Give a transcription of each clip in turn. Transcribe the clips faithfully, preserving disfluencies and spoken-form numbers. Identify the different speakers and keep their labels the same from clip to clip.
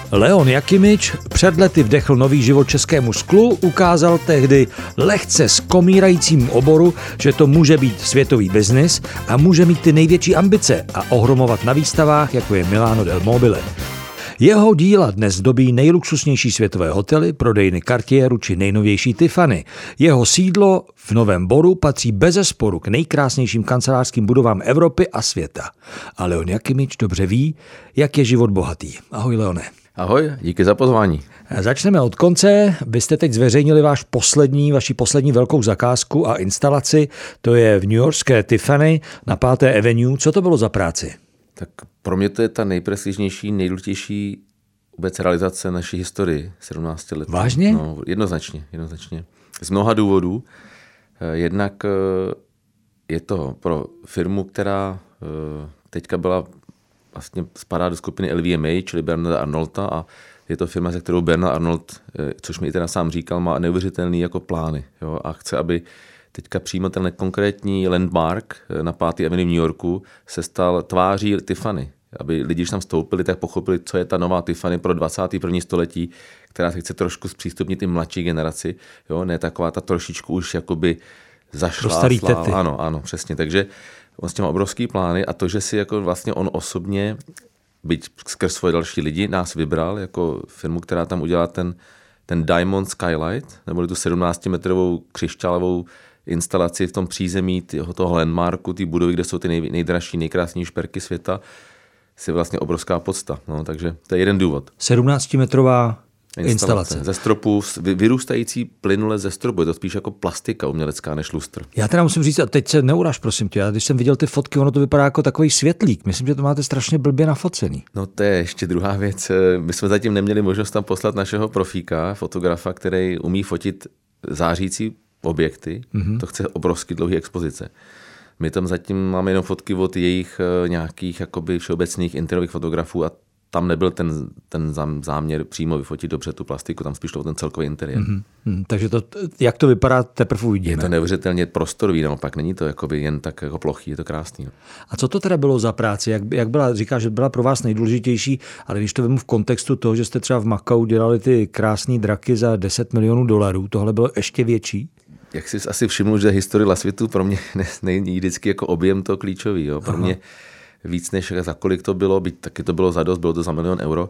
Speaker 1: Leon Jakimič před lety vdechl nový život českému sklu, ukázal tehdy lehce skomírajícímu oboru, že to může být světový biznis a může mít ty největší ambice a ohromovat na výstavách, jako je Milano del Mobile. Jeho díla dnes dobí nejluxusnější světové hotely, prodejny Cartieru či nejnovější Tiffany. Jeho sídlo v Novém Boru patří bezesporu k nejkrásnějším kancelářským budovám Evropy a světa. A Leon Jakimič dobře ví, jak je život bohatý. Ahoj, Leone.
Speaker 2: Ahoj, díky za pozvání.
Speaker 1: Začneme od konce. Vy jste teď zveřejnili váš poslední, vaši poslední velkou zakázku a instalaci. To je v newyorské Tiffany na páté Avenue. Co to bylo za práci?
Speaker 2: Tak pro mě to je ta nejprestižnější, nejdůležitější vůbec realizace naší historii, sedmnáct let.
Speaker 1: Vážně?
Speaker 2: No, jednoznačně, jednoznačně. Z mnoha důvodů. Jednak je to pro firmu, která teďka byla vlastně spadá do skupiny L V M A, čili Bernarda Arnolta, a je to firma, se kterou Bernard Arnold, což mi i teda sám říkal, má neuvěřitelný jako plány. Jo, a chce, aby teďka přímo ten konkrétní landmark na páté Avenue v New Yorku se stal tváří Tiffany. Aby lidi, když tam vstoupili, tak pochopili, co je ta nová Tiffany pro dvacáté první století, která se chce trošku zpřístupnit i mladší generaci. Jo, ne taková ta trošičku už jakoby zašlá.
Speaker 1: Pro starý tety.
Speaker 2: Ano, ano, přesně. Takže on s tím má obrovský plány a to, že si jako vlastně on osobně, byť skrz svoje další lidi, nás vybral jako firmu, která tam udělá ten, ten Diamond Skylight, neboli tu sedmnáctimetrovou křišťálovou instalaci v tom přízemí toho, toho landmarku, ty budovy, kde jsou ty nej, nejdražší, nejkrásnější šperky světa, je vlastně obrovská podsta. No, takže to je jeden důvod.
Speaker 1: sedmnáctimetrová instalace. instalace.
Speaker 2: Ze stropu, vyrůstající plynule ze stropu. Je to spíš jako plastika umělecká než lustr.
Speaker 1: Já teda musím říct, a teď se neuraž, prosím tě, já když jsem viděl ty fotky, ono to vypadá jako takový světlík. Myslím, že to máte strašně blbě nafocený.
Speaker 2: No to je ještě druhá věc. My jsme zatím neměli možnost tam poslat našeho profíka, fotografa, který umí fotit zářící objekty. Mm-hmm. To chce obrovský dlouhý expozice. My tam zatím máme jenom fotky od jejich nějakých jakoby všeobecných interiérových fotografů a tam nebyl ten, ten záměr přímo vyfotit dobře tu plastiku, tam spíš to ten celkový interiér.
Speaker 1: Mm-hmm. Takže to, jak to vypadá, teprve uvidíme.
Speaker 2: Je to neuvěřitelně prostorový, naopak není to jakoby jen tak jako plochý, je to krásný. No.
Speaker 1: A co to teda bylo za práci? Jak, jak byla, říkáš, že byla pro vás nejdůležitější, ale když to vemu v kontextu toho, že jste třeba v Macau dělali ty krásné draky za deset milionů dolarů, tohle bylo ještě větší? Jak
Speaker 2: jsi asi všiml, že historie La Světu pro mě není vždycky jako objem to klíčový. Jo. Pro Aha. mě víc než za kolik to bylo, byť taky to bylo za dost, bylo to za milion euro,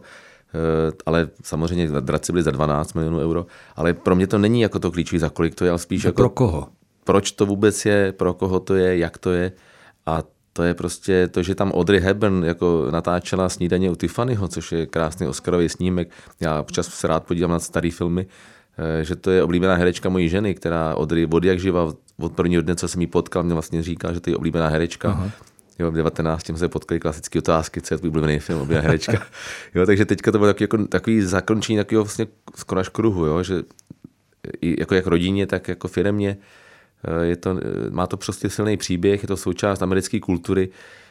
Speaker 2: ale samozřejmě draci byly za dvanáct milionů euro, ale pro mě to není jako to klíčový, za kolik to je, ale spíš
Speaker 1: to
Speaker 2: jako
Speaker 1: pro koho?
Speaker 2: Proč to vůbec je, pro koho to je, jak to je, a to je prostě to, že tam Audrey Hepburn jako natáčela Snídaně u Tiffanyho, což je krásný oscarový snímek. Já občas se rád podívám na starý filmy, že to je oblíbená herečka mojí ženy, která Audrey od jak živa, od prvního dne, co jsem jí potkal, mě vlastně říká, že to je oblíbená herečka. Aha. Jo, v devatenácti jsme se potkali klasické otázky, co je tvůj oblíbený film, oblíbená herečka. Jo, takže teďka to bylo takový, jako, takový zakončení takového vlastně skoro až kruhu, jo, že jako jak rodině, tak jako firmě. Je to, má to prostě silný příběh, je to součást americké kultury,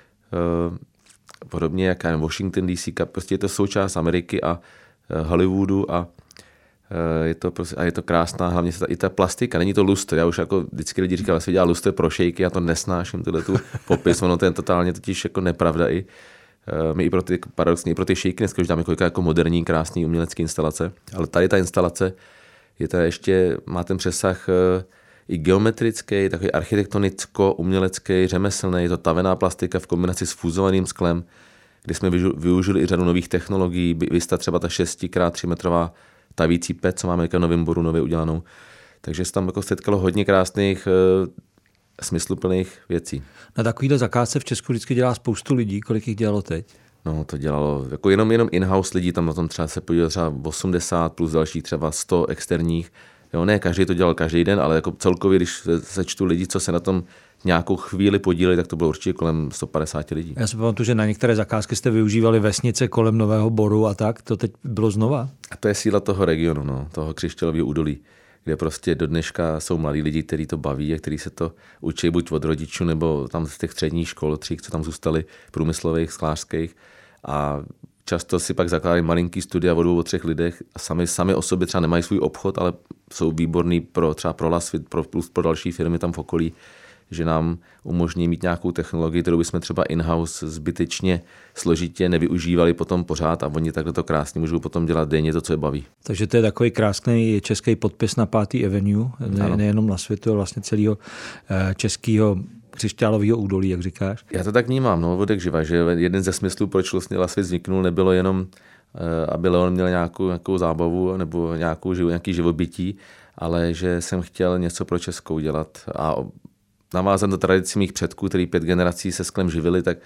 Speaker 2: podobně jak Washington D C, prostě je to součást Ameriky a Hollywoodu a je to prostě, a je to krásná, hlavně ta, i ta plastika, není to lustr. Já už jako vždycky lidi říkali, že se dělá lustr pro šejky, já to nesnáším, tohle tu popis, ono to je totálně totiž jako nepravda i. My i pro ty, paradoxně, i pro ty šejky dneska už dáme kolika jako moderní, krásný umělecký instalace, ale tady ta instalace je ta ještě, má ten přesah i geometrický, takový architektonicko-umělecký, řemeslný, je to tavená plastika v kombinaci s fúzovaným sklem, kdy jsme využili i řadu nových technologií, vysta třeba ta šest krát tři metrová tavící pec, co máme jako v Novém Boru nově udělanou. Takže se tam jako setkalo hodně krásných, e, smysluplných věcí.
Speaker 1: Na takovýhle zakázce v Česku vždycky dělá spoustu lidí. Kolik jich dělalo teď?
Speaker 2: No, to dělalo jako jenom, jenom in-house lidí, tam na tom třeba se podílelo třeba osmdesát plus dalších třeba sto externích. Jo, ne, každý to dělal každý den, ale jako celkově, když sečtu lidi, co se na tom nějakou chvíli podíleli, tak to bylo určitě kolem sto padesát lidí.
Speaker 1: Já si pamatuju, že na některé zakázky jste využívali vesnice kolem Nového Boru a tak, to teď bylo znova?
Speaker 2: A to je síla toho regionu, no, toho křišťálového údolí, kde prostě do dneška jsou mladí lidi, kteří to baví a kteří se to učí buď od rodičů, nebo tam z těch středních škol, tří, co tam zůstali, průmyslových, sklářských, a často si pak zakládají malinký studia o dvou, o třech lidech a sami, sami o sobě třeba nemají svůj obchod, ale jsou výborní pro třeba pro La Svět, pro, plus pro další firmy tam v okolí. že nám umožní mít nějakou technologii, kterou bychom třeba in-house zbytečně složitě nevyužívali potom pořád a oni takhle to krásně můžou potom dělat denně to, co je baví.
Speaker 1: Takže to je takový krásný český podpis na pátý Avenue, ne, nejenom na světu, ale vlastně celého českého křišťálového údolí, jak říkáš.
Speaker 2: Já to tak vnímám, no, vodek živa, že jeden ze smyslů, proč vlastně Las Vegas vzniknul, nebylo jenom, aby Leon měl nějakou, nějakou zábavu nebo nějakou, nějaký živobytí, ale že jsem chtěl něco pro Česko udělat a navázat do tradici mých předků, který pět generací se sklem živili, tak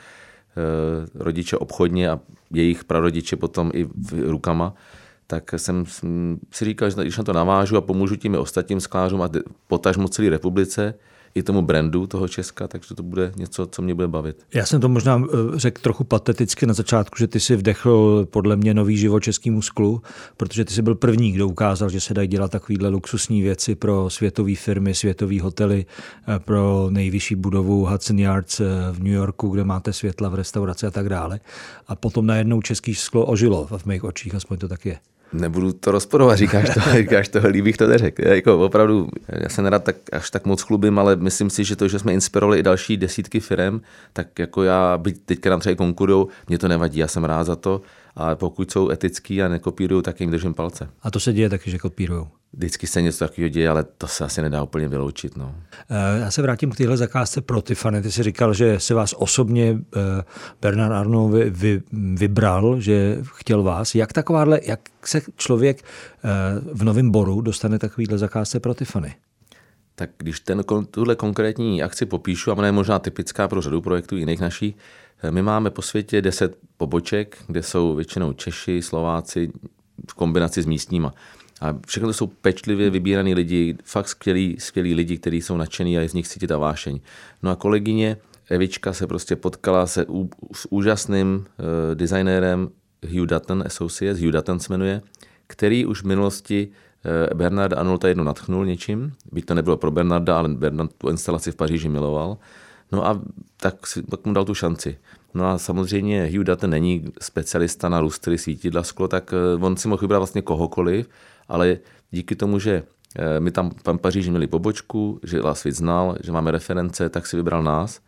Speaker 2: eh, rodiče obchodně a jejich prarodiče potom i rukama, tak jsem si říkal, že když na to navážu a pomůžu tím i ostatním sklářům a potažmo celé republice, i tomu brandu toho Česka, takže to bude něco, co mě bude bavit.
Speaker 1: Já jsem to možná řekl trochu pateticky na začátku, že ty si vdechl podle mě nový život českému sklu, protože ty jsi byl první, kdo ukázal, že se dají dělat takovýhle luxusní věci pro světové firmy, světové hotely, pro nejvyšší budovu Hudson Yards v New Yorku, kde máte světla v restauraci a tak dále. A potom najednou český sklo ožilo v mých očích, aspoň to tak je.
Speaker 2: Nebudu to rozporovat, říkáš to, říkáš to, líbých to neřekl. Jako opravdu, já se nerad tak, až tak moc chlubím, ale myslím si, že to, že jsme inspirovali i další desítky firem, tak jako já, byť teďka nám třeba konkurujou, mě to nevadí, já jsem rád za to, ale pokud jsou etický a nekopírujou, tak jim držím palce.
Speaker 1: A to se děje taky, že kopírujou?
Speaker 2: Vždycky se něco takového děje, ale to se asi nedá úplně vyloučit. No.
Speaker 1: Já se vrátím k téhle zakázce pro Tiffany. Ty jsi říkal, že se vás osobně Bernard Arnault vy, vy, vybral, že chtěl vás. Jak takováhle, jak se člověk v Novém Boru dostane takovýhle zakázce pro Tiffany?
Speaker 2: Tak když ten, tuhle konkrétní akci popíšu, a ona je možná typická pro řadu projektů jiných naší, my máme po světě deset poboček, kde jsou většinou Češi, Slováci v kombinaci s místníma. A všechno to jsou pečlivě vybíraný lidi, fakt skvělí, skvělí lidi, kteří jsou nadšený a je z nich cítit ta vášeň. No a kolegyně Evička se prostě potkala se ú, s úžasným uh, designérem Hugh Dutton Associates, Hugh Dutton se jmenuje, který už v minulosti uh, Bernarda Arnaulta jednou nadchnul něčím, byť to nebylo pro Bernarda, ale Bernard tu instalaci v Paříži miloval. No a tak, si, tak mu dal tu šanci. No a samozřejmě Hugh Dutton není specialista na lustry, svítidla, sklo, tak uh, on si mohl vybrat vlastně kohokoliv, ale díky tomu, že my tam v Paříži měli pobočku, že Las Vegas znal, že máme reference, tak si vybral nás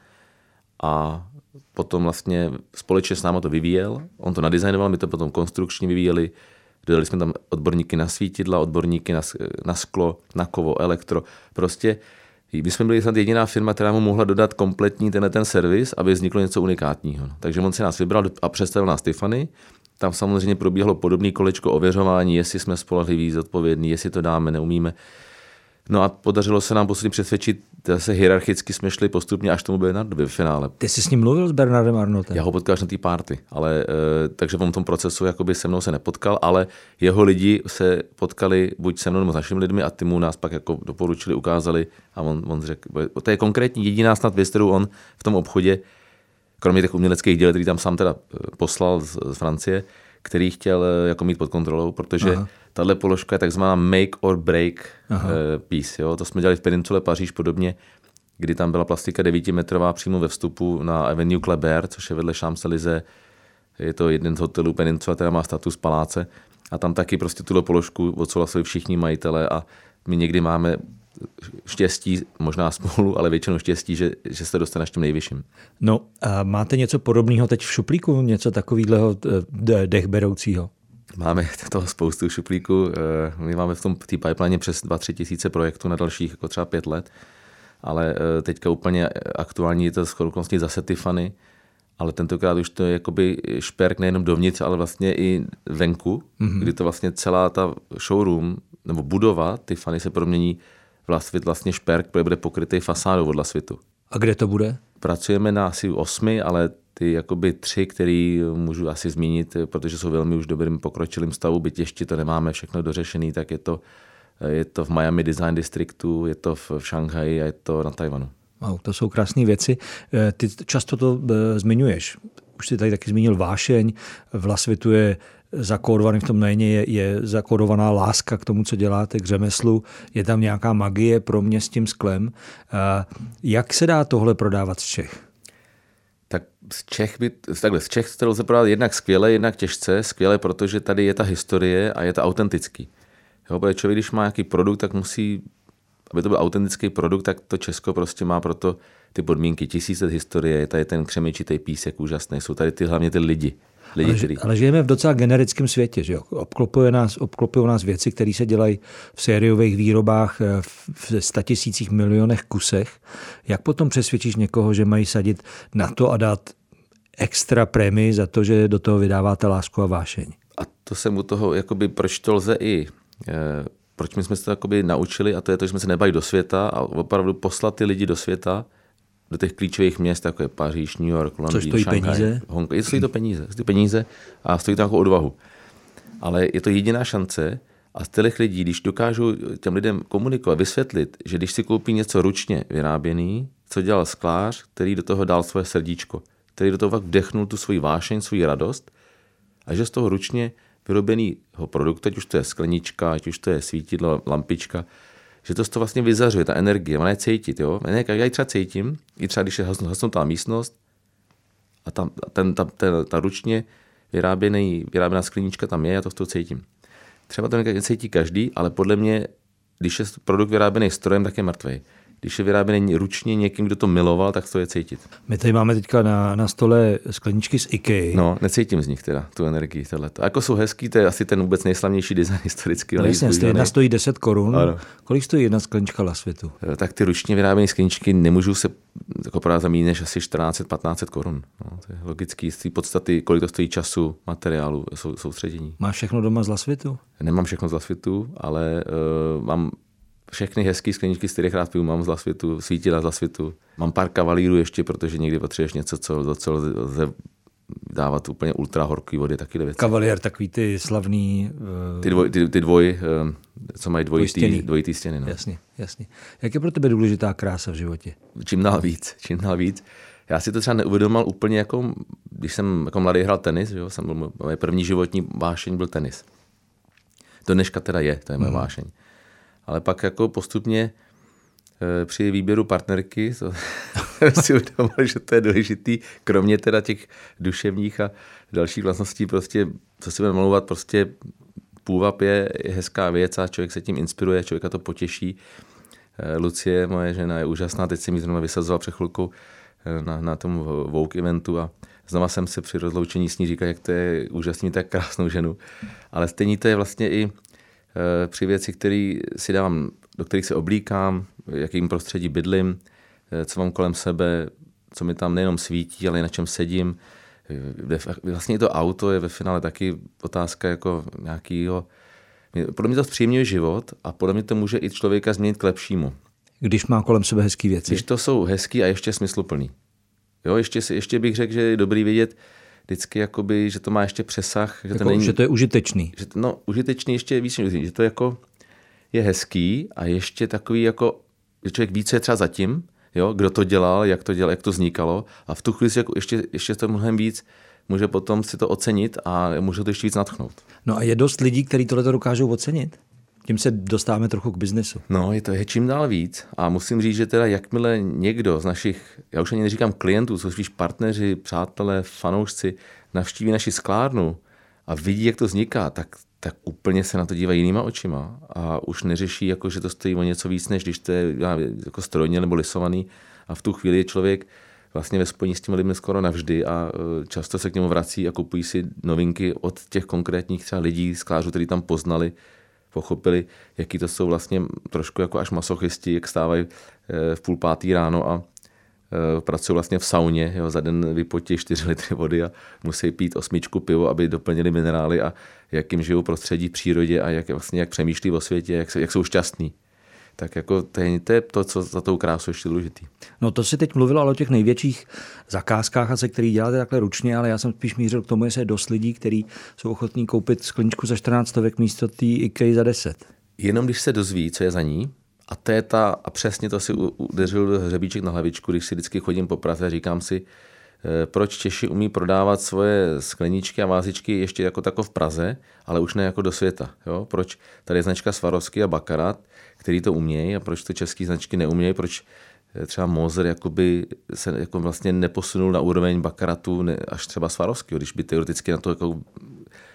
Speaker 2: a potom vlastně společně s náma to vyvíjel. On to nadizajnoval, my to potom konstrukčně vyvíjeli, dodali jsme tam odborníky na svítidla, odborníky na, na sklo, na kovo, elektro. Prostě my jsme byli snad jediná firma, která mu mohla dodat kompletní tenhle ten servis, aby vzniklo něco unikátního. Takže on si nás vybral a představil nás Tiffany. Tam samozřejmě probíhalo podobné kolečko ověřování, jestli jsme spolehliví, zodpovědní, jestli to dáme, neumíme. No a podařilo se nám posledně přesvědčit, zase hierarchicky jsme šli postupně až tomu Bernardovi v finále.
Speaker 1: Ty jsi s ním mluvil s Bernardem Arnaultem?
Speaker 2: Já ho potkal až na té party, ale takže on v tom procesu jakoby se mnou se nepotkal, ale jeho lidi se potkali buď se mnou nebo s našimi lidmi a ty mu nás pak jako doporučili, ukázali a on, on řekl, to je konkrétní jediná snad věc, kterou on v tom obchodě, kromě těch uměleckých děl, který tam sám teda poslal z, z Francie, který chtěl jako mít pod kontrolou, protože tahle položka je takzvaná make or break Aha. piece. Jo? To jsme dělali v Peninsule Paříž podobně, kdy tam byla plastika devítimetrová přímo ve vstupu na Avenue Kleber, což je vedle Champs-Élysées. Je to jeden z hotelů Peninsula, která má status paláce. A tam taky prostě tuhle položku odsouhlasili všichni majitelé a my někdy máme štěstí, možná spolu, ale většinou štěstí, že, že se dostane až tím nejvyšším.
Speaker 1: No a máte něco podobného teď v šuplíku? Něco takového dechberoucího?
Speaker 2: Máme toho spoustu šuplíků. My máme v tom té pipeline přes dva tři tisíce projektů na dalších jako třeba pět let, ale teďka úplně aktuální je to shodou zase Tiffany, ale tentokrát už to je jakoby šperk nejenom dovnitř, ale vlastně i venku, mm-hmm. kdy to vlastně celá ta showroom nebo budova Tiffany se promění vlastně, vlastně šperk, který bude pokrytý fasádou od Lasvitu.
Speaker 1: A kde to bude?
Speaker 2: Pracujeme na asi osmi, ale ty jakoby tři, který můžu asi zmínit, protože jsou velmi už dobrým pokročilým stavu, byť ještě to nemáme všechno dořešený, tak je to, je to v Miami Design Districtu, je to v, v Šanghaji a je to na Tajvanu.
Speaker 1: Wow, to jsou krásné věci. Ty často to zmiňuješ. Už jsi tady taky zmínil vášeň. V Lasvitu je zakódovaný v tom jméně, je, je zakódovaná láska k tomu, co děláte, k řemeslu. Je tam nějaká magie pro mě s tím sklem. Jak se dá tohle prodávat z Čech?
Speaker 2: Tak z Čech, by, takhle, z Čech to lze prodávat jednak skvěle, jednak těžce. Skvěle, protože tady je ta historie a je to autentický. Jo, protože člověk, když má nějaký produkt, tak musí aby to byl autentický produkt, tak to Česko prostě má proto ty podmínky. Tisíc let historie, je tady ten křemičitý písek úžasný, jsou tady ty, hlavně ty lidi. lidi
Speaker 1: ale,
Speaker 2: který...
Speaker 1: ale žijeme v docela generickém světě, že jo? Obklopuje nás, obklopují nás věci, které se dělají v sériových výrobách v statisících milionech kusech. Jak potom přesvědčíš někoho, že mají sadit na to a dát extra prémii za to, že do toho vydáváte lásku a vášeň?
Speaker 2: A to jsem u toho, jakoby, proč to lze i... Eh, proč my jsme se to jakoby naučili, a to je to, že jsme se nebali do světa a opravdu poslat ty lidi do světa, do těch klíčových měst, jako je Paříž, New York, Londýn,
Speaker 1: Což stojí
Speaker 2: Šanghaj,
Speaker 1: peníze?
Speaker 2: Hongkong. Stojí to peníze, stojí peníze a stojí to jako odvahu. Ale je to jediná šance a z těch lidí, když dokážu těm lidem komunikovat, vysvětlit, že když si koupí něco ručně vyráběný, co dělal sklář, který do toho dal svoje srdíčko, který do toho fakt vdechnul tu svoji vášeň, svoji radost a že z toho ručně vyrobeného produktu, ať už to je sklenička, ať už to je svítidlo, lampička, že to z toho vlastně vyzařuje, ta energie, ona je cítit, jo. Ne, já ji třeba cítím, i třeba když je hasnutá místnost a tam, ten, ta, ten, ta ručně vyráběný, vyráběná sklenička tam je, já to v toho cítím. Třeba to necítí každý, ale podle mě, když je produkt vyráběný strojem, tak je mrtvej. Když je vyráběný ručně někým, kdo to miloval, tak to je cítit.
Speaker 1: My tady máme teďka na, na stole skleničky z IKEA.
Speaker 2: No, necítím z nich teda tu energii. A jako jsou hezký, to je asi ten vůbec nejslavnější design historický.
Speaker 1: No jasně, jedna stojí deset korun.
Speaker 2: Ano.
Speaker 1: Kolik stojí jedna sklenička na světu?
Speaker 2: Tak ty ručně vyráběné skleničky nemůžou se jako prodat za méně než asi čtrnáct set patnáct set korun. No, to je logický. Z té podstaty, kolik to stojí času, materiálu, sou, soustředění.
Speaker 1: Máš všechno doma z Lasvitu?
Speaker 2: Nemám všechno z Lasvitu, ale uh, mám všechny hezké skleničky, z kterých rád piju, mám z Lasvitu, svítila z Lasvitu. Mám pár kavalírů ještě, protože někdy potřebuješ něco, co, co lze dávat úplně ultra horký vody, taky věci.
Speaker 1: Kavalier, takový ty slavný...
Speaker 2: Uh, ty, dvoj, ty, ty dvoj, uh, co mají dvojitý, dvojitý stěny. No.
Speaker 1: Jasně, jasně. Jak je pro tebe důležitá krása v životě?
Speaker 2: Čím dál víc, čím dál víc. Já si to třeba neuvědomoval úplně jako, když jsem jako mladý hrál tenis, že jo, jsem byl, moje první životní vášeň byl tenis. Do dneška teda je, to je moje hmm. vášeň. Ale pak jako postupně e, při výběru partnerky to, si uvědomil, že to je důležitý, kromě teda těch duševních a dalších vlastností, prostě, co si budeme malovat, prostě půvab je, je hezká věc a člověk se tím inspiruje, člověka to potěší. E, Lucie, moje žena, je úžasná, teď jsem ji zrovna vysazoval před chvilkou na, na tom Vogue eventu a znova jsem se při rozloučení s ní říkal, jak to je úžasný, tak krásnou ženu. Ale stejně to je vlastně i při věci, které si dávám, do kterých se oblíkám, jakým prostředí bydlím, co mám kolem sebe, co mi tam nejenom svítí, ale i na čem sedím. Vlastně i to auto je ve finále taky otázka jako nějakýho... Podle mě to zpříjemňuje život a podle mě to může i člověka změnit k lepšímu.
Speaker 1: Když má kolem sebe hezký věci.
Speaker 2: Když to jsou hezký a ještě smysluplný. Jo, ještě, ještě bych řekl, že je dobrý vědět, vždycky jakoby, že to má ještě přesah. Že,
Speaker 1: jako,
Speaker 2: to, není,
Speaker 1: že to je užitečný.
Speaker 2: Že to, no, užitečný ještě víc, že to jako je hezký a ještě takový jako, že člověk ví, co je třeba zatím, jo, kdo to dělal, jak to dělal, jak to vznikalo a v tu chvíli si jako ještě, ještě to mnohem víc může potom si to ocenit a může to ještě víc nadchnout.
Speaker 1: No a je dost lidí, kteří tohle dokážou ocenit? Tím se dostáváme trochu k biznesu.
Speaker 2: No, je to je čím dál víc a musím říct, že teda jakmile někdo z našich, já už ani neříkám klientů, jsou spíš partneři, přátelé, fanoušci, navštíví naši sklárnu a vidí, jak to vzniká, tak, tak úplně se na to dívají jinýma očima a už neřeší, jako, že to stojí o něco víc, než když to je jako strojně nebo lisovaný a v tu chvíli je člověk vlastně ve spojení s těmi lidmi skoro navždy a často se k němu vrací a kupují si novinky od těch konkrétních třeba lidí, sklářů, kteří tam poznali, pochopili, jaký to jsou vlastně trošku jako až masochisti, jak stávají v půl pátý ráno a pracují vlastně v sauně, jo, za den vypotí čtyři litry vody a musí pít osmičku pivo, aby doplnili minerály a jak jim žijou prostředí v přírodě a jak, vlastně, jak přemýšlí o světě, jak, jak jsou šťastní. Tak jako to je, to je to, co za tou krásou ještě důležitý.
Speaker 1: No to si teď mluvilo o těch největších zakázkách, a se který děláte takhle ručně, ale já jsem spíš mířil k tomu, že je dost lidí, kteří jsou ochotní koupit skleničku za čtrnáct stovek místo té IKEA za deset.
Speaker 2: Jenom když se dozví, co je za ní, a to je ta, a přesně to si udeřil hřebíček na hlavičku, když si vždycky chodím po Praze a říkám si, proč Češi umí prodávat svoje skleničky a vázičky ještě jako tako v Praze, ale už ne jako do světa. Jo? Proč tady je značka Swarovski a Baccarat, který to umějí a proč to české značky neumějí, proč třeba Moser jakoby se jako vlastně neposunul na úroveň Baccaratu až třeba Swarovski, když by teoreticky na to jako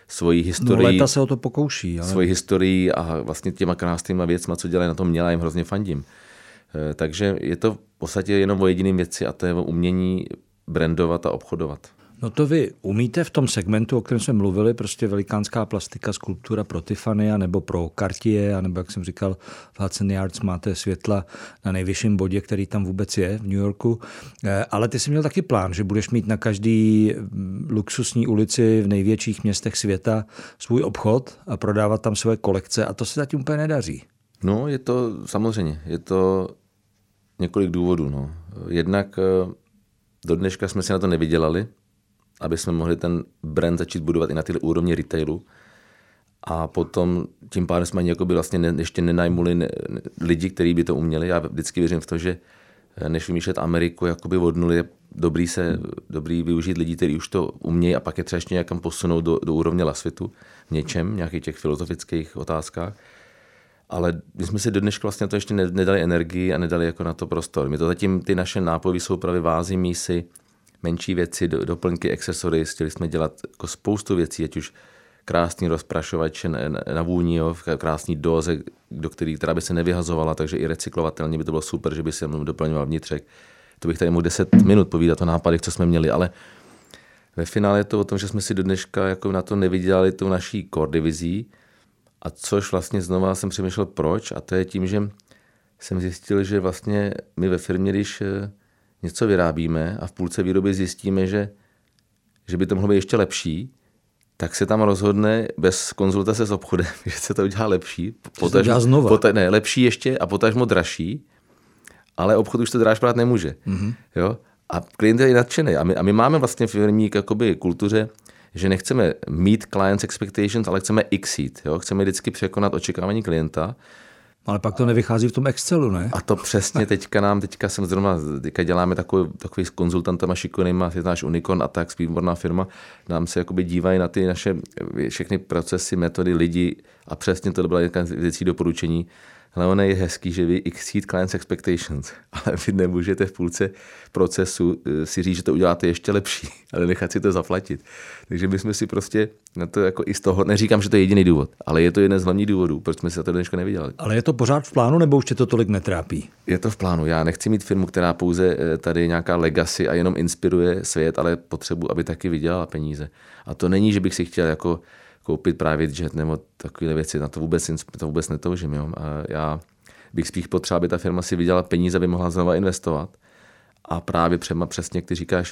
Speaker 2: svoji historii.
Speaker 1: No, léta se o to pokouší. Ale...
Speaker 2: Svoji historii a vlastně těma krásnýma věcma, co dělají na tom měla, jim hrozně fandím. Takže je to v podstatě jenom o jediným věci a to je o umění brandovat a obchodovat.
Speaker 1: No to vy umíte v tom segmentu, o kterém jsme mluvili, prostě velikánská plastika, skulptura pro Tiffany, nebo pro Cartier, nebo jak jsem říkal, v Hudson Yards máte světla na nejvyšším bodě, který tam vůbec je v New Yorku. Ale ty jsi měl taky plán, že budeš mít na každý luxusní ulici v největších městech světa svůj obchod a prodávat tam své kolekce a to se zatím úplně nedaří.
Speaker 2: No, je to samozřejmě, je to několik důvodů. No. Jednak do dneška jsme si na to nevydělali, aby jsme mohli ten brand začít budovat i na tyhle úrovni retailu. A potom tím pádem jsme ani jakoby vlastně ne, ještě nenajmuli ne, ne, lidi, kteří by to uměli. Já vždycky věřím v to, že než vymýšlet Ameriku jakoby od nuly, je dobrý, se, dobrý využít lidí, kteří už to umějí a pak je třeba ještě nějakam posunout do, do úrovně lasvitu v něčem, nějakých těch filozofických otázkách. Ale my jsme si do dneška vlastně na to ještě nedali energii a nedali jako na to prostor. My to zatím ty naše nápojové soupravy, vázy, mísy, menší věci, doplňky, akcesory, chtěli jsme dělat jako spoustu věcí, ať už krásný rozprašovač na vůni, krásný dóze, do který, která by se nevyhazovala, takže i recyklovatelně by to bylo super, že by se mnou doplňoval vnitřek. To bych tady mohl deset minut povídat o nápadech, co jsme měli, ale ve finále je to o tom, že jsme si do dneška jako na to nevydělali tou naší core divizí, a což vlastně znova jsem přemýšlel proč, a to je tím, že jsem zjistil, že vlastně my ve firmě, když něco vyrábíme a v půlce výroby zjistíme, že, že by to mohlo být ještě lepší, tak se tam rozhodne bez konzultace s obchodem, že se to udělá lepší.
Speaker 1: Potaž, to znova.
Speaker 2: Pota, ne, lepší ještě a potažmo dražší, ale obchod už to dráž brát nemůže. Mm-hmm. Jo? A klient je nadšený. A my, a my máme vlastně v firmní jakoby kultuře, že nechceme meet clients expectations, ale chceme exceed. Jo? Chceme vždycky překonat očekávání klienta.
Speaker 1: Ale pak to nevychází v tom Excelu, ne?
Speaker 2: A to přesně teďka nám, teďka jsem zrovna, teďka děláme takový, takový s konzultantama šikonýma, je to náš Unicorn a tak, výborná firma, nám se jakoby dívají na ty naše všechny procesy, metody, lidi a přesně to byla jedna z věcí doporučení. Ale ono je hezký, že vy exceed clients expectations, ale vy nemůžete v půlce procesu si říct, že to uděláte ještě lepší, ale nechat si to zaplatit. Takže my jsme si prostě na to jako i z toho, neříkám, že to je jediný důvod, ale je to jeden z hlavních důvodů, proč jsme si to dneška nevydělali.
Speaker 1: Ale je to pořád v plánu, nebo už tě to tolik netrápí?
Speaker 2: Je to v plánu. Já nechci mít firmu, která pouze tady nějaká legacy a jenom inspiruje svět, ale potřebuji, aby taky vydělala peníze. A to není, že bych si chtěl jako koupit private jet nebo takové věci, na to vůbec, to vůbec netoužím. Jo? A já bych spíš potřeboval, aby ta firma si vydělala peníze, aby mohla znova investovat. A právě přema přesně, jak ty říkáš,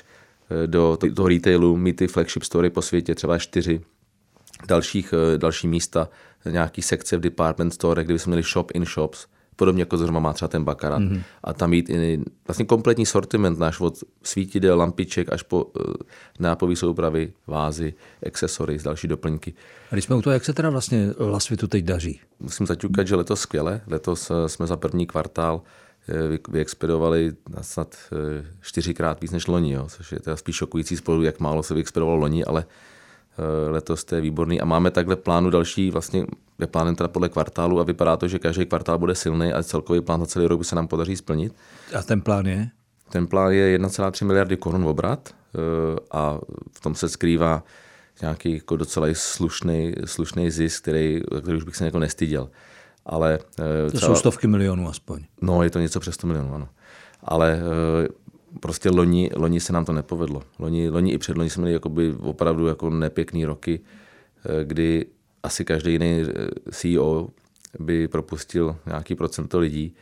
Speaker 2: do toho retailu mít ty flagship story po světě, třeba čtyři dalších, další místa, nějaký sekce v department store, kde jsme měli shop in shops, podobně jako zrovna má třeba ten Baccarat. Mm-hmm. A tam mít i vlastně kompletní sortiment náš od svítidel, lampiček až po uh, nápojové soupravy, vázy, akcesory, další doplňky.
Speaker 1: A když jsme u toho, jak se teda vlastně Lasvitu teď daří?
Speaker 2: Musím zaťukat, že letos skvěle. Letos jsme za první kvartál vyexpedovali snad čtyřikrát víc než loni, jo, což je teda spíš šokující spolu, jak málo se vyexpedovalo loni, ale letos to je výborný a máme takhle plánu další, vlastně je plánem teda podle kvartálu a vypadá to, že každý kvartál bude silný a celkový plán na celý rok by se nám podaří splnit.
Speaker 1: A ten plán je?
Speaker 2: Ten plán je jedna celá tři miliardy korun obrat a v tom se skrývá nějaký jako docela slušný, slušný zisk, který, který už bych se jako nestyděl. Ale,
Speaker 1: to třeba, jsou stovky milionů aspoň.
Speaker 2: No, je to něco přes sto milionů, ano. Ale prostě loni, loni se nám to nepovedlo. Loni, loni i předloni jsme měli jakoby opravdu jako nepěkný roky, kdy asi každý jiný C E O by propustil nějaký procento lidí,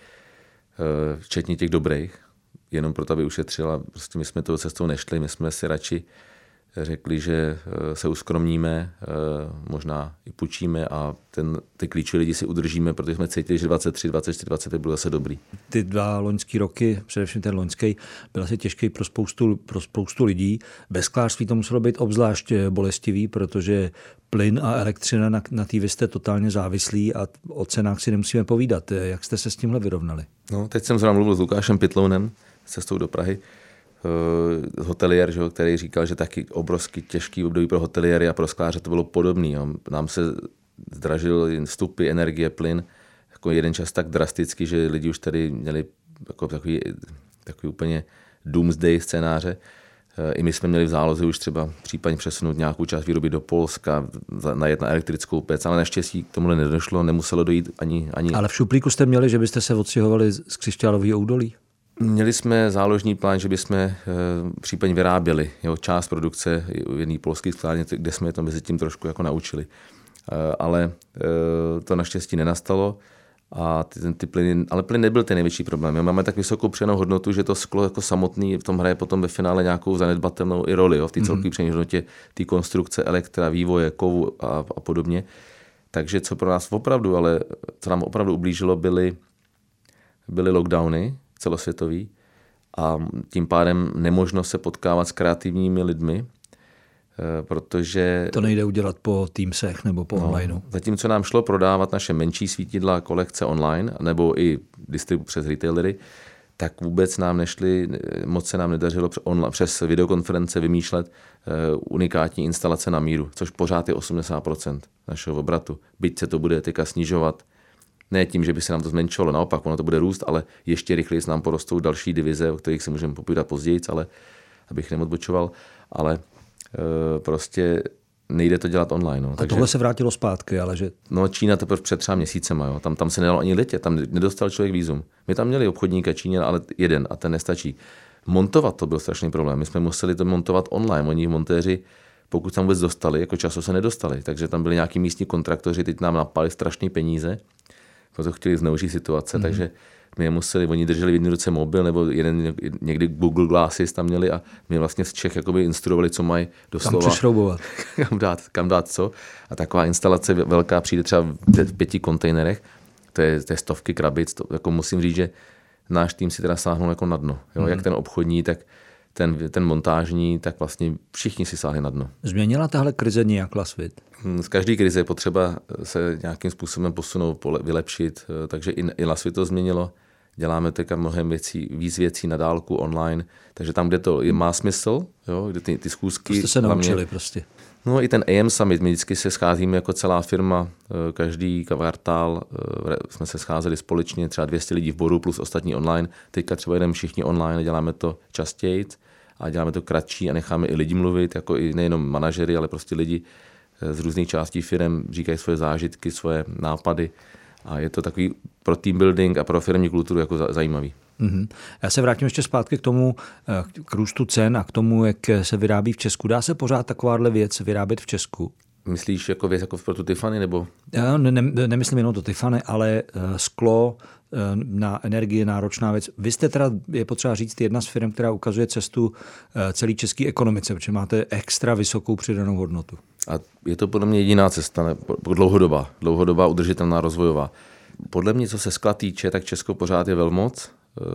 Speaker 2: včetně těch dobrých, jenom proto, aby ušetřil. A prostě my jsme tou cestou nešli, my jsme si radši řekli, že se uskromníme, možná i půjčíme a ten, ty klíčové lidi si udržíme, protože jsme cítili, že dvacet tři, dvacet čtyři, dvacet pět bylo zase dobrý.
Speaker 1: Ty dva loňský roky, především ten loňský, byl asi těžký pro spoustu, pro spoustu lidí. Bez sklářství to muselo být obzvlášť bolestivý, protože plyn a elektřina, na, na té vy jste totálně závislí a o cenách si nemusíme povídat. Jak jste se s tímhle vyrovnali?
Speaker 2: No, teď jsem zrovna mluvil s Lukášem Pytlounem, cestou do Prahy, hoteliér, že, který říkal, že taky obrovský těžký období pro hoteliéry a pro skláře to bylo podobný. Jo. Nám se zdražil vstupy, energie, plyn, jako jeden čas tak drasticky, že lidi už tady měli jako takový, takový úplně doomsday scénáře. I my jsme měli v záloze už třeba případně přesunout nějakou část výroby do Polska, najet na elektrickou pec, ale naštěstí k tomuhle nedošlo, nemuselo dojít ani... ani...
Speaker 1: Ale v šuplíku jste měli, že byste se odstěhovali z Křišťálového údolí?
Speaker 2: Měli jsme záložní plán, že bychom e, případně vyráběli jo, část produkce v jedné polské sklárně, kde jsme je to mezi tím trošku jako naučili. E, ale e, to naštěstí nenastalo. A ty, ty plyny, ale plyn nebyl ten největší problém. My máme tak vysokou přidanou hodnotu, že to sklo jako samotný v tom hraje potom ve finále nějakou zanedbatelnou i roli jo, v té celkové mm-hmm. přidané hodnotě té konstrukce elektra, vývoje, kovu a, a podobně. Takže co pro nás opravdu, ale co nám opravdu ublížilo, byly, byly lockdowny celosvětový a tím pádem nemožnost se potkávat s kreativními lidmi, protože...
Speaker 1: To nejde udělat po Teamsech nebo po no, onlineu.
Speaker 2: Zatímco nám šlo prodávat naše menší svítidla, kolekce online, nebo i distribu přes retailery, tak vůbec nám nešli, moc se nám nedařilo přes videokonference vymýšlet unikátní instalace na míru, což pořád je osmdesát procent našeho obratu. Byť se to bude teďka snižovat, ne tím, že by se nám to zmenšovalo, naopak, ono to bude růst, ale ještě rychleji nám porostou další divize, o kterých si můžeme popovídat později, ale abych neodbočoval, ale prostě nejde to dělat online. No.
Speaker 1: A takže, tohle se vrátilo zpátky, ale že...
Speaker 2: No Čína teprve před třeba měsícema, jo. Tam, tam se nedalo ani letět, tam nedostal člověk vízum. My tam měli obchodníka Číně, ale jeden a ten nestačí. Montovat to byl strašný problém. My jsme museli to montovat online. Oni montéři, pokud tam vůbec dostali, jako často se nedostali. Takže tam byli nějaký místní kontraktoři, teď nám napali strašný peníze, proto chtěli zneužít situace, mm-hmm. takže my je museli, oni drželi v jedné ruce mobil, nebo jeden, někdy Google Glasses tam měli a my vlastně z Čech jakoby instruovali, co mají doslova.
Speaker 1: Kam přešroubovat.
Speaker 2: kam, dát, kam dát co. A taková instalace velká přijde třeba v pěti kontejnerech, to je, to je stovky krabic, to, jako musím říct, že náš tým si teda sáhnul jako na dno. Jo? Mm-hmm. Jak ten obchodní, tak ten, ten montážní, tak vlastně všichni si sáhli na dno.
Speaker 1: Změnila tahle krize nějak Lasvit?
Speaker 2: Z každé krize je potřeba se nějakým způsobem posunout, vylepšit, takže i, i Lasvit to změnilo. Děláme teďka mnohem věcí, víc věcí na dálku, online, takže tam, kde to má smysl, jo, kde ty, ty schůzky...
Speaker 1: Jste se naučili prostě.
Speaker 2: No i ten A M Summit, my vždycky se scházíme jako celá firma, každý kvartál jsme se scházeli společně, třeba dvě stě lidí v bodu plus ostatní online, teďka třeba jdeme všichni online, děláme to častěji a děláme to kratší a necháme i lidi mluvit, jako i nejenom manažery, ale prostě lidi z různých částí firm říkají svoje zážitky, svoje nápady. A je to takový pro team building a pro firmní kulturu jako zajímavý.
Speaker 1: Mm-hmm. Já se vrátím ještě zpátky k tomu, k růstu cen a k tomu, jak se vyrábí v Česku. Dá se pořád takováhle věc vyrábět v Česku?
Speaker 2: Myslíš jako věc jako pro tu Tiffany? Nebo?
Speaker 1: Já ne, ne, nemyslím jenom to Tiffany, ale sklo na energii náročná věc. Vy jste teda, je potřeba říct, jedna z firm, která ukazuje cestu celé české ekonomice, protože máte extra vysokou přidanou hodnotu.
Speaker 2: A je to podle mě jediná cesta, ne, dlouhodobá, dlouhodobá udržitelná rozvojová. Podle mě, co se skla týče, tak Česko pořád je velmoc.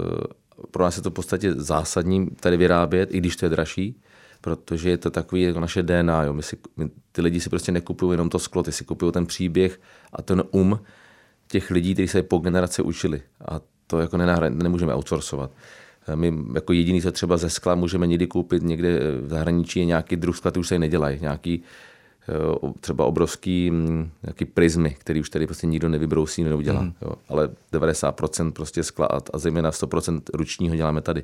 Speaker 2: Pro nás je to v podstatě zásadní tady vyrábět, i když to je dražší, protože je to takový jako naše D N A. Jo. My si, my, ty lidi si prostě nekupují jenom to sklo, ty si kupují ten příběh a ten um těch lidí, kteří se po generaci učili. A to jako nenahra, nemůžeme outsourcovat. My jako jediný, co třeba ze skla můžeme někdy koupit někde v zahraničí, je nějaký druh skla, ty už se nedělají. Nějaký třeba obrovský nějaký prismy, který už tady prostě nikdo nevybrousí, neudělá. Mm. Jo. Ale devadesát procent prostě skla a, a zejména sto procent ručního děláme tady.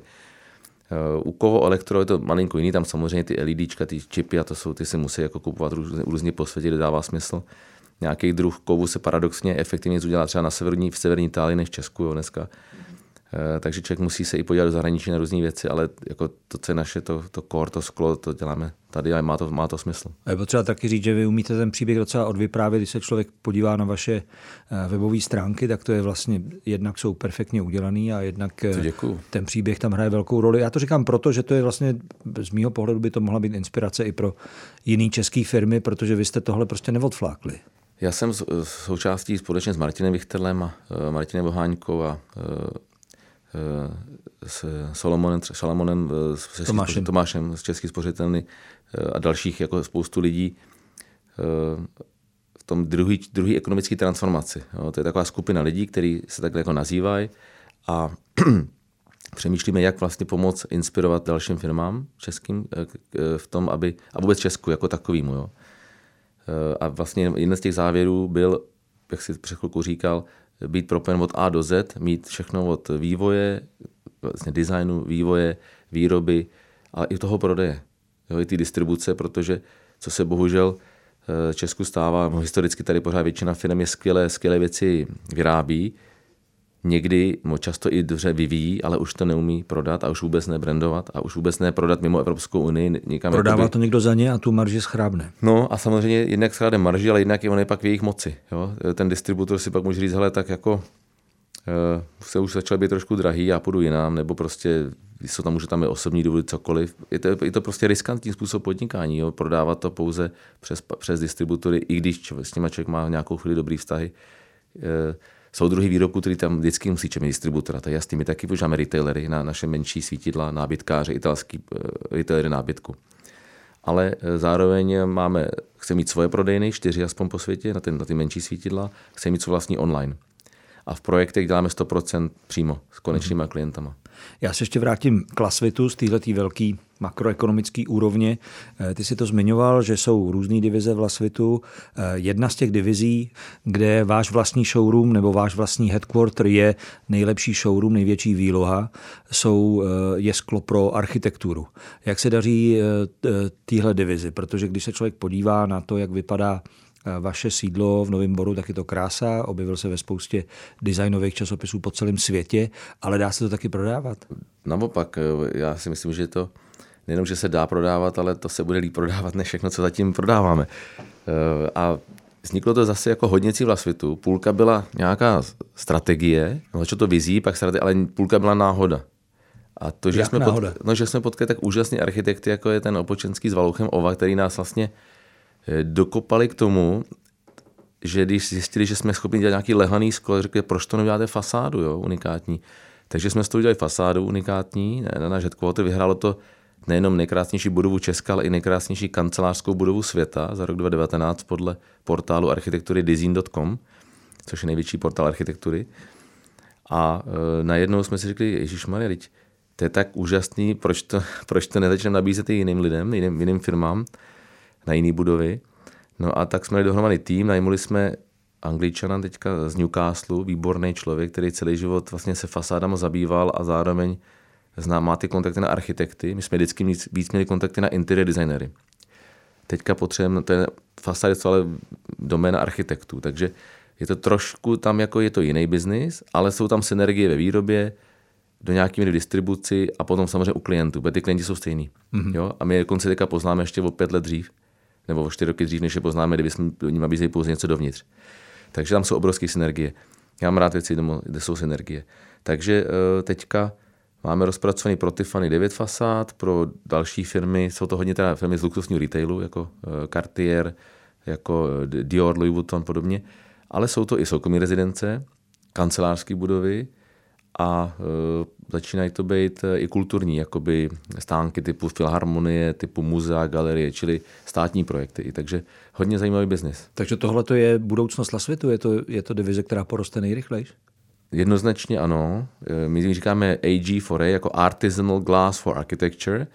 Speaker 2: U kovo elektro je to malinko jiný, tam samozřejmě ty LEDčka, ty čipy a to jsou, ty se musí jako kupovat různě, různě po světě, kde dává smysl. Nějaký druh kovu se paradoxně efektivně udělá třeba na severní, v severní Itálii než v Česku jo, dneska. Takže člověk musí se i podívat do zahraničí na různé věci, ale jako to, co je naše, to, to core, to sklo, to děláme tady a má to, má to smysl. A je
Speaker 1: potřeba taky říct, že vy umíte ten příběh docela odvyprávět, když se člověk podívá na vaše webové stránky, tak to je vlastně, jednak jsou perfektně udělaný a jednak ten příběh tam hraje velkou roli. Já to říkám proto, že to je vlastně, z mýho pohledu by to mohla být inspirace i pro jiný český firmy, protože vy jste tohle prostě neodflákli.
Speaker 2: Já jsem součástí společně s Martinem Vichterlem a Martinem Boháňkou a s Solomonem, Šalamonem, s Tomášem. Tomášem z České spořitelny a dalších jako spoustu lidí v tom druhý, druhý ekonomické transformaci. Jo, to je taková skupina lidí, kteří se takhle jako nazývají a přemýšlíme, jak vlastně pomoct inspirovat dalším firmám českým v tom, aby, a vůbec Česku jako takovýmu. Jo. A vlastně jeden z těch závěrů byl, jak si před chvilkou říkal, být propojen od A do Z, mít všechno od vývoje, vlastně designu, vývoje, výroby ale i toho prodeje, jo, i ty distribuce, protože co se bohužel Česku stává, no, historicky tady pořád většina firm je skvělé, skvělé věci vyrábí, někdy no, často i dobře vyvíjí, ale už to neumí prodat a už vůbec nebrandovat a už vůbec neprodat mimo Evropskou unii. Nikam
Speaker 1: Prodává
Speaker 2: jakoby...
Speaker 1: to někdo za ně a tu marži schrábne.
Speaker 2: No a samozřejmě jednak schrábne marži, ale jednak je on je pak v jejich moci. Jo? Ten distributor si pak může říct, hele, tak jako uh, se už začal být trošku drahý, já půjdu jinam, nebo prostě jsou tam, může tam je osobní důvody, cokoliv. Je to, je to prostě riskantní způsob podnikání, jo? Prodávat to pouze přes, přes distributory, i když s nimi člověk má nějakou chvíli dobrý vztahy. Uh, Jsou druhý výrobků, který tam vždycky musí čekat distributora. To je jasný. My taky používáme retailery na naše menší svítidla, nábytkáře, italský uh, retailery nábytku. Ale uh, zároveň máme, chceme mít svoje prodejny, čtyři aspoň po světě, na, ten, na ty menší svítidla, chceme mít svůj vlastní online. A v projektech děláme sto procent přímo s konečnýma mm. klientama.
Speaker 1: Já se ještě vrátím k Lasvitu z této velké makroekonomické úrovně. Ty si to zmiňoval, že jsou různé divize v Lasvitu. Jedna z těch divizí, kde váš vlastní showroom nebo váš vlastní headquarter je nejlepší showroom, největší výloha, jsou, je sklo pro architekturu. Jak se daří téhle divizi? Protože když se člověk podívá na to, jak vypadá vaše sídlo v Novém Boru, tak je to krása, objevil se ve spoustě designových časopisů po celém světě, ale dá se to taky prodávat?
Speaker 2: Naopak, já si myslím, že to nejenom, že se dá prodávat, ale to se bude líp prodávat než všechno, co zatím prodáváme. A vzniklo to zase jako hodněcí v Lasvitu. Půlka byla nějaká strategie, no začalo to vizí, pak strategie, ale půlka byla náhoda. A to, že jsme, pot, no, že jsme potkali tak úžasný architekty, jako je ten Opočenský s Valouchem Ova, který nás vlastně dokopali k tomu, že když zjistili, že jsme schopni dělat nějaký lehaný sklo, řekli, proč to neuděláte fasádu, jo, unikátní. Takže jsme z toho udělali fasádu unikátní, na náš headquarter vyhrálo to nejenom nejkrásnější budovu Česka, ale i nejkrásnější kancelářskou budovu světa za rok dva tisíce devatenáct podle portálu architektury design tečka com, což je největší portál architektury. A e, najednou jsme si řekli, ježišmarja, teď to je tak úžasný, proč to, proč to nezačneme nabízet i jiným lidem, jiným, jiným firmám, na jiné budovy. No a tak jsme dali dohromady tým, najmuli jsme Angličana teďka z Newcastle, výborný člověk, který celý život vlastně se fasádama zabýval a zároveň zná, má ty kontakty na architekty. My jsme vždycky víc, víc měli kontakty na interior designery. Teďka potřebujeme, to je fasády, ale doména architektů, takže je to trošku tam, jako je to jiný biznis, ale jsou tam synergie ve výrobě, do nějaké distribuci a potom samozřejmě u klientů, protože ty klienti jsou stejný. Mm-hmm. Jo? A my je konce teďka poznáme ještě o pět let dřív, nebo o čtyři roky dřív, než je poznáme, kdyby jsme do ní nabízeli pouze něco dovnitř. Takže tam jsou obrovské synergie. Já mám rád věci, kde jsou synergie. Takže teďka máme rozpracovaný pro Tiffany devět fasád, pro další firmy, jsou to hodně teda firmy z luxusního retailu, jako Cartier, jako Dior, Louis Vuitton podobně, ale jsou to i soukromé rezidence, kancelářské budovy a e, začínají to být i kulturní, jakoby stánky typu filharmonie, typu muzea, galerie, čili státní projekty. Takže hodně zajímavý biznis.
Speaker 1: Takže tohle to je budoucnost Lasvitu? Je to, je to divize, která poroste nejrychleji?
Speaker 2: Jednoznačně ano. My říkáme A G čtyři A jako Artisanal Glass for Architecture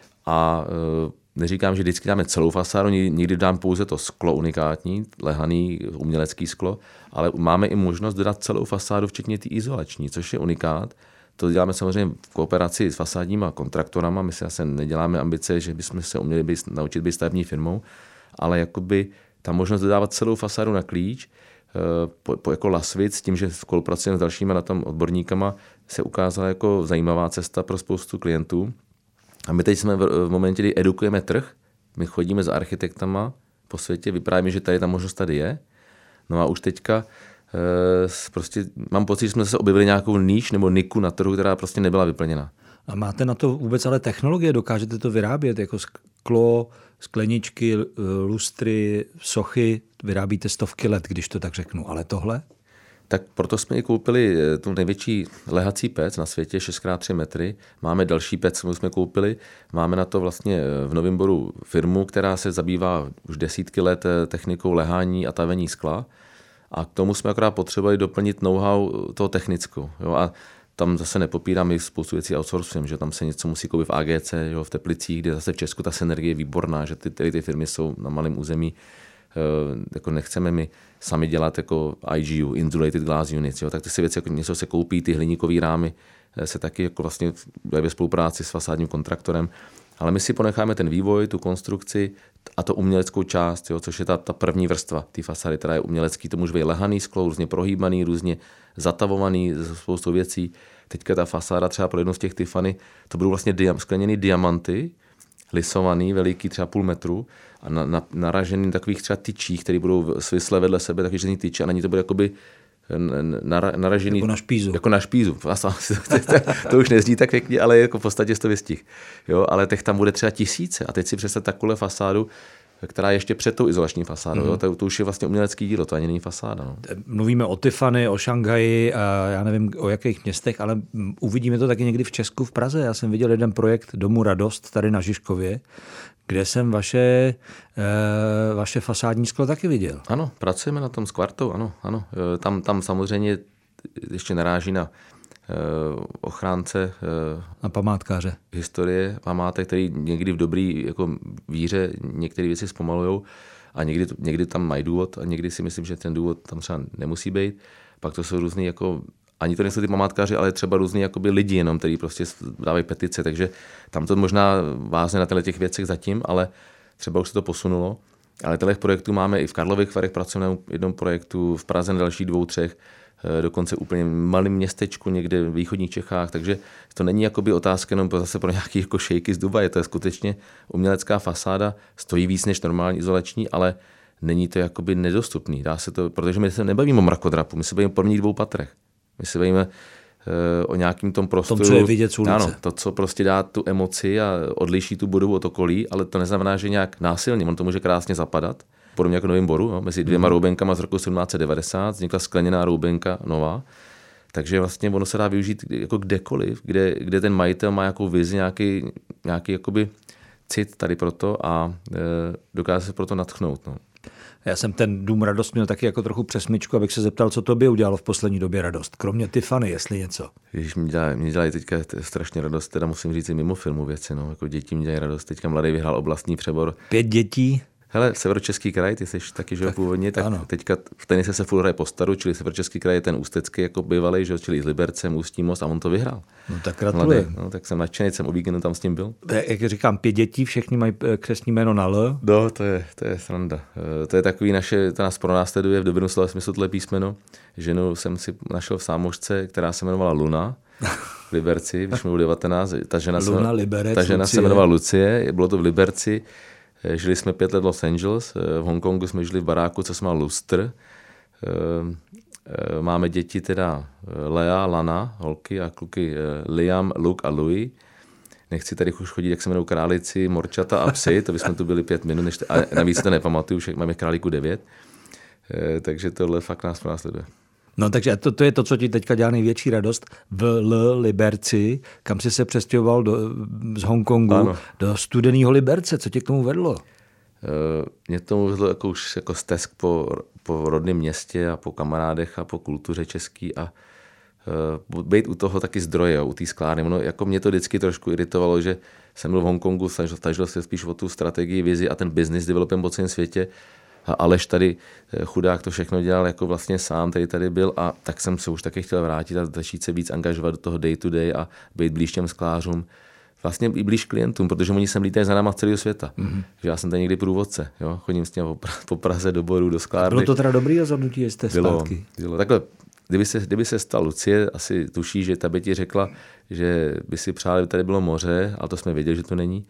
Speaker 2: a e, neříkám, že vždycky dáme celou fasádu, někdy dám pouze to sklo unikátní, lehaný umělecký sklo, ale máme i možnost dodat celou fasádu, včetně té izolační, což je unikát. To děláme samozřejmě v kooperaci s fasádníma kontraktorama, my si asi neděláme ambice, že bychom se uměli být, naučit být stavební firmou, ale jakoby ta možnost dodávat celou fasádu na klíč, po, po jako Lasvit, s tím, že spolupracujeme s dalšíma na tom odborníkama, se ukázala jako zajímavá cesta pro spoustu klientů. A my teď jsme v momentě, kdy edukujeme trh, my chodíme za architektama po světě, vyprávíme, že tady ta možnost tady je. No a už teďka e, prostě mám pocit, že jsme zase objevili nějakou níž nebo niku na trhu, která prostě nebyla vyplněna.
Speaker 1: A máte na to vůbec ale technologie, dokážete to vyrábět, jako sklo, skleničky, lustry, sochy, vyrábíte stovky let, když to tak řeknu, ale tohle?
Speaker 2: Tak proto jsme i koupili tu největší lehací pec na světě, šest krát tři metry. Máme další pec, kterou jsme koupili. Máme na to vlastně v Novém Boru firmu, která se zabývá už desítky let technikou lehání a tavení skla. A k tomu jsme akorát potřebovali doplnit know-how toho technickou. Jo? A tam zase nepopírám, my spoustu věcí outsourcujeme, že tam se něco musí koupit v A G C, jo? V Teplicích, kde zase v Česku ta synergie je výborná, že ty, ty, ty firmy jsou na malém území. Uh, jako nechceme my sami dělat jako I G U, Insulated Glass Units, jo? Tak ty si věci, jako něco se koupí, ty hliníkové rámy se taky jako vlastně ve spolupráci s fasádním kontraktorem Ale my si ponecháme ten vývoj, tu konstrukci a to uměleckou část, jo, což je ta, ta první vrstva té fasády, která je umělecký, to může být lehaný sklo, různě prohýbaný, různě zatavovaný, spoustou věcí. Teďka ta fasáda třeba pro jednu z těch Tiffany, to budou vlastně dia, skleněný diamanty, lisovaný, veliký třeba půl metru a na, na, naražený takových třeba tyčích, které budou svislé vedle sebe, takový žádný tyče a na ní to bude jakoby nara, naražený.
Speaker 1: Jako na špízu.
Speaker 2: Jako na špízu. To už nezdí tak pěkně, ale jako v podstatě to vystih. Jo, ale těch tam bude třeba tisíce a teď si představ takovou fasádu, která je ještě před tou izolační fasádou. Mm. Jo? To, to už je vlastně umělecký dílo, to ani není fasáda. No.
Speaker 1: Mluvíme o Tiffany, o Šanghaji a já nevím o jakých městech, ale uvidíme to taky někdy v Česku, v Praze. Já jsem viděl jeden projekt Domu Radost tady na Žižkově, kde jsem vaše, e, vaše fasádní sklo taky viděl.
Speaker 2: Ano, pracujeme na tom s Kvartou, ano, ano. Tam, tam samozřejmě ještě naráží na ochránce
Speaker 1: na památkáře
Speaker 2: historie památek, který někdy v dobrý jako víře některé věci zpomalujou a někdy, někdy tam mají důvod a někdy si myslím, že ten důvod tam třeba nemusí být. Pak to jsou různý jako, ani to nejsou ty památkáři, ale třeba různý jakoby lidi jenom, kteří prostě dávají petice, takže tam to možná vázne na těchto těch věcech zatím, ale třeba už se to posunulo. Ale těchto projektů máme i v Karlových Varech, pracujeme na jednom projektu, v Praze na dalších dvou, třech, dokonce úplně malým městečku někde v východních Čechách, takže to není jakoby otázka jenom zase pro nějaký jako šejky z Dubaje, to je skutečně umělecká fasáda, stojí víc než normální izolační, ale není to jakoby nedostupný, dá se to, protože my se nebavíme o mrakodrapu, my se bavíme o prvních dvou patrech, my se bavíme uh, o nějakým tom prostoru.
Speaker 1: Tom, co je vidět z ulice.
Speaker 2: Ano, to, co prostě dá tu emoci a odliší tu budovu od okolí, ale to neznamená, že nějak násilně, on to může krásně zapadat. Podobně jako Novým Boru, no, mezi dvěma roubenkama z roku sedmnáct set devadesát vznikla skleněná roubenka nová, takže vlastně ono se dá využít jako kdekoliv, kde, kde ten majitel má nějakou vizi, nějaký, nějaký jakoby cit tady proto a e, dokáže se proto natchnout. No.
Speaker 1: Já jsem ten Dům Radost měl taky jako trochu přesmyčku, abych se zeptal, co tobě udělalo v poslední době radost, kromě Tiffany, jestli něco.
Speaker 2: Když mě dělají, mě dělají teďka strašně radost, teda musím říct i mimo filmu věci, no, jako děti mě dělají radost. Teďka mladý vyhrál oblastní přebor.
Speaker 1: Pět dětí.
Speaker 2: Hele, Severočeský kraj, ty jsi taky, že tak, původně, tak ano. Teďka v tenise se furt hraje po staru, čili Severočeský kraj je ten ústecký jako bývalý, že, čili s Libercem, Ústí Most a on to vyhrál.
Speaker 1: No tak gratuluji.
Speaker 2: No, tak jsem nadšený, jsem o víkendu tam s ním byl.
Speaker 1: Jak říkám, pět dětí, všichni mají křestní jméno na L.
Speaker 2: No, to je, to je sranda. To je takový naše, to nás pronásleduje v dobrém slova smyslu tohle písmeno. Ženu jsem si našel v Sámošce, která se jmenovala Luna. V Liberci, když mi bylo devatenáct. Ta žena,
Speaker 1: Luna,
Speaker 2: se,
Speaker 1: Liberec,
Speaker 2: ta žena se jmenovala Lucie, bylo to v Liberci. Žili jsme pět let v Los Angeles, v Hongkongu jsme žili v baráku, co se má Lustr. Máme děti teda Lea, Lana, holky a kluky Liam, Luke a Louis. Nechci tady už chodit, jak se jmenují králici, morčata a psy, to bychom tu byli pět minut, než a navíc to nepamatuju, však máme králíku devět. Takže tohle fakt nás pronásleduje.
Speaker 1: No takže to, to je to, co ti teďka dělá největší radost. V L. Liberci, kam jsi se přestěhoval do, z Hongkongu, ano. Do studeného Liberce. Co tě k tomu vedlo?
Speaker 2: Mě to tomu vedlo jako už jako stesk po, po rodném městě a po kamarádech a po kultuře český a uh, být u toho taky zdroje, u té sklárny. No, jako mě to vždycky trošku iritovalo, že jsem byl v Hongkongu, snažil se spíš o tu strategii, vizi a ten business development po celém světě. A Aleš tady, chudák, to všechno dělal jako vlastně sám, tady tady byl a tak jsem se už taky chtěl vrátit a začít se víc angažovat do toho day to day a být blíž těm sklářům. Vlastně i blíž klientům, protože oni sem lítají za náma z celého světa. Mm-hmm. Že já jsem tady někdy průvodce, jo? Chodím s ním po, po Praze do Boru, do sklárny.
Speaker 1: Bylo to teda dobrý rozhodnutí, jste zpátky?
Speaker 2: Bylo, bylo. Takhle, kdyby se, kdyby se stal Lucie, asi tuší, že ta by ti řekla, že by si přáli, tady bylo moře, ale to jsme věděli, že to není.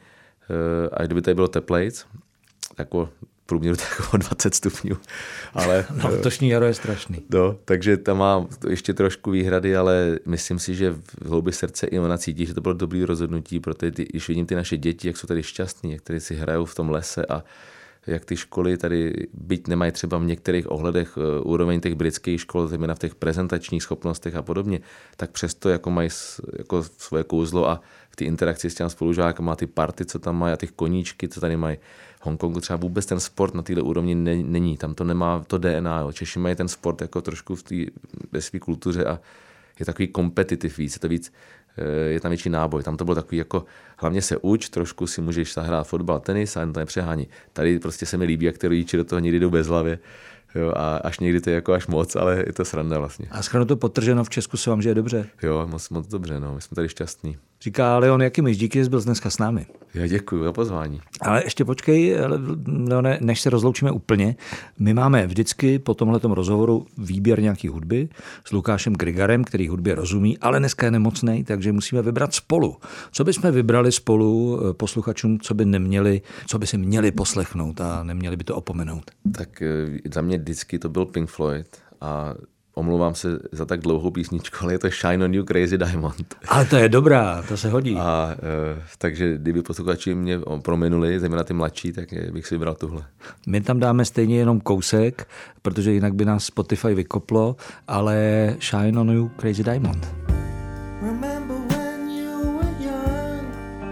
Speaker 2: A kdyby tady bylo teplejc, jako průměru tak o dvacet stupňů. Ale,
Speaker 1: no, letošní jaro je strašný.
Speaker 2: No, takže tam má ještě trošku výhrady, ale myslím si, že v hloubi srdce i ona cítí, že to bylo dobré rozhodnutí, protože ty, když vidím ty naše děti, jak jsou tady šťastní, jak tady si hrajou v tom lese a jak ty školy tady, byť nemají třeba v některých ohledech uh, úroveň těch britských škol, zejména v těch prezentačních schopnostech a podobně, tak přesto jako mají jako svoje kouzlo a v té interakci s těmi spolužáky má ty party, co tam mají a ty koníčky, co tady mají. V Hongkongu třeba vůbec ten sport na této úrovni ne, není, tam to nemá to D N A. Jo. Češi mají ten sport jako trošku v tý, ve své kultuře a je takový kompetitiv víc, je to víc, je tam větší náboj. Tam to bylo takový jako, hlavně se uč, trošku si můžeš zahrát fotbal, tenis a jen to nepřehání. Tady prostě se mi líbí, jak ty rodiče do toho někdy jdou bez hlavy. Jo, a až někdy to je jako až moc, ale je to sranda vlastně.
Speaker 1: A schranu to podtrženo v Česku se vám žije dobře?
Speaker 2: Jo, moc, moc dobře, no, my jsme tady šťastní.
Speaker 1: Říká Leon Jakimiš, díky, že jsi byl dneska s námi.
Speaker 2: Já děkuji za pozvání.
Speaker 1: Ale ještě počkej, Leone, než se rozloučíme úplně. My máme vždycky po tomhletom rozhovoru výběr nějaký hudby s Lukášem Grigarem, který hudbě rozumí, ale dneska je nemocnej, takže musíme vybrat spolu. Co bychom vybrali spolu posluchačům, co by neměli, co by si měli poslechnout a neměli by to opomenout?
Speaker 2: Tak za mě vždycky to byl Pink Floyd a omlouvám se za tak dlouhou písničku, ale je to Shine on You Crazy Diamond.
Speaker 1: Ale to je dobrá, to se hodí.
Speaker 2: A e, takže kdyby posluchači mě prominuli, zejména ty mladší, tak bych si vybral tuhle.
Speaker 1: My tam dáme stejně jenom kousek, protože jinak by nás Spotify vykoplo, ale Shine on You Crazy Diamond.
Speaker 3: Remember when you were young,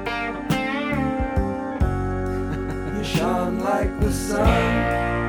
Speaker 3: you shone like the sun.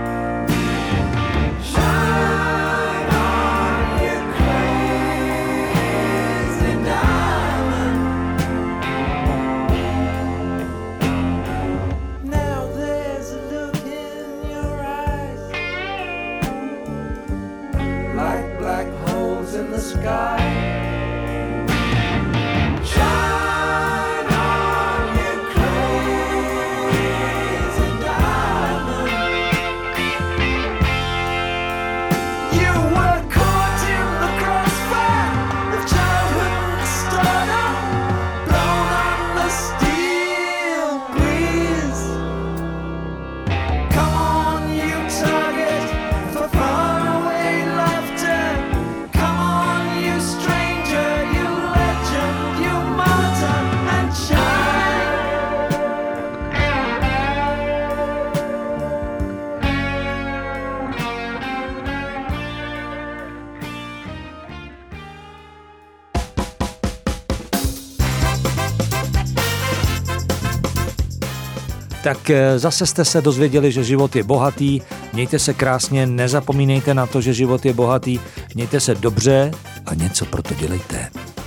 Speaker 1: Tak zase jste se dozvěděli, že život je bohatý, mějte se krásně, nezapomínejte na to, že život je bohatý, mějte se dobře a něco pro to dělejte.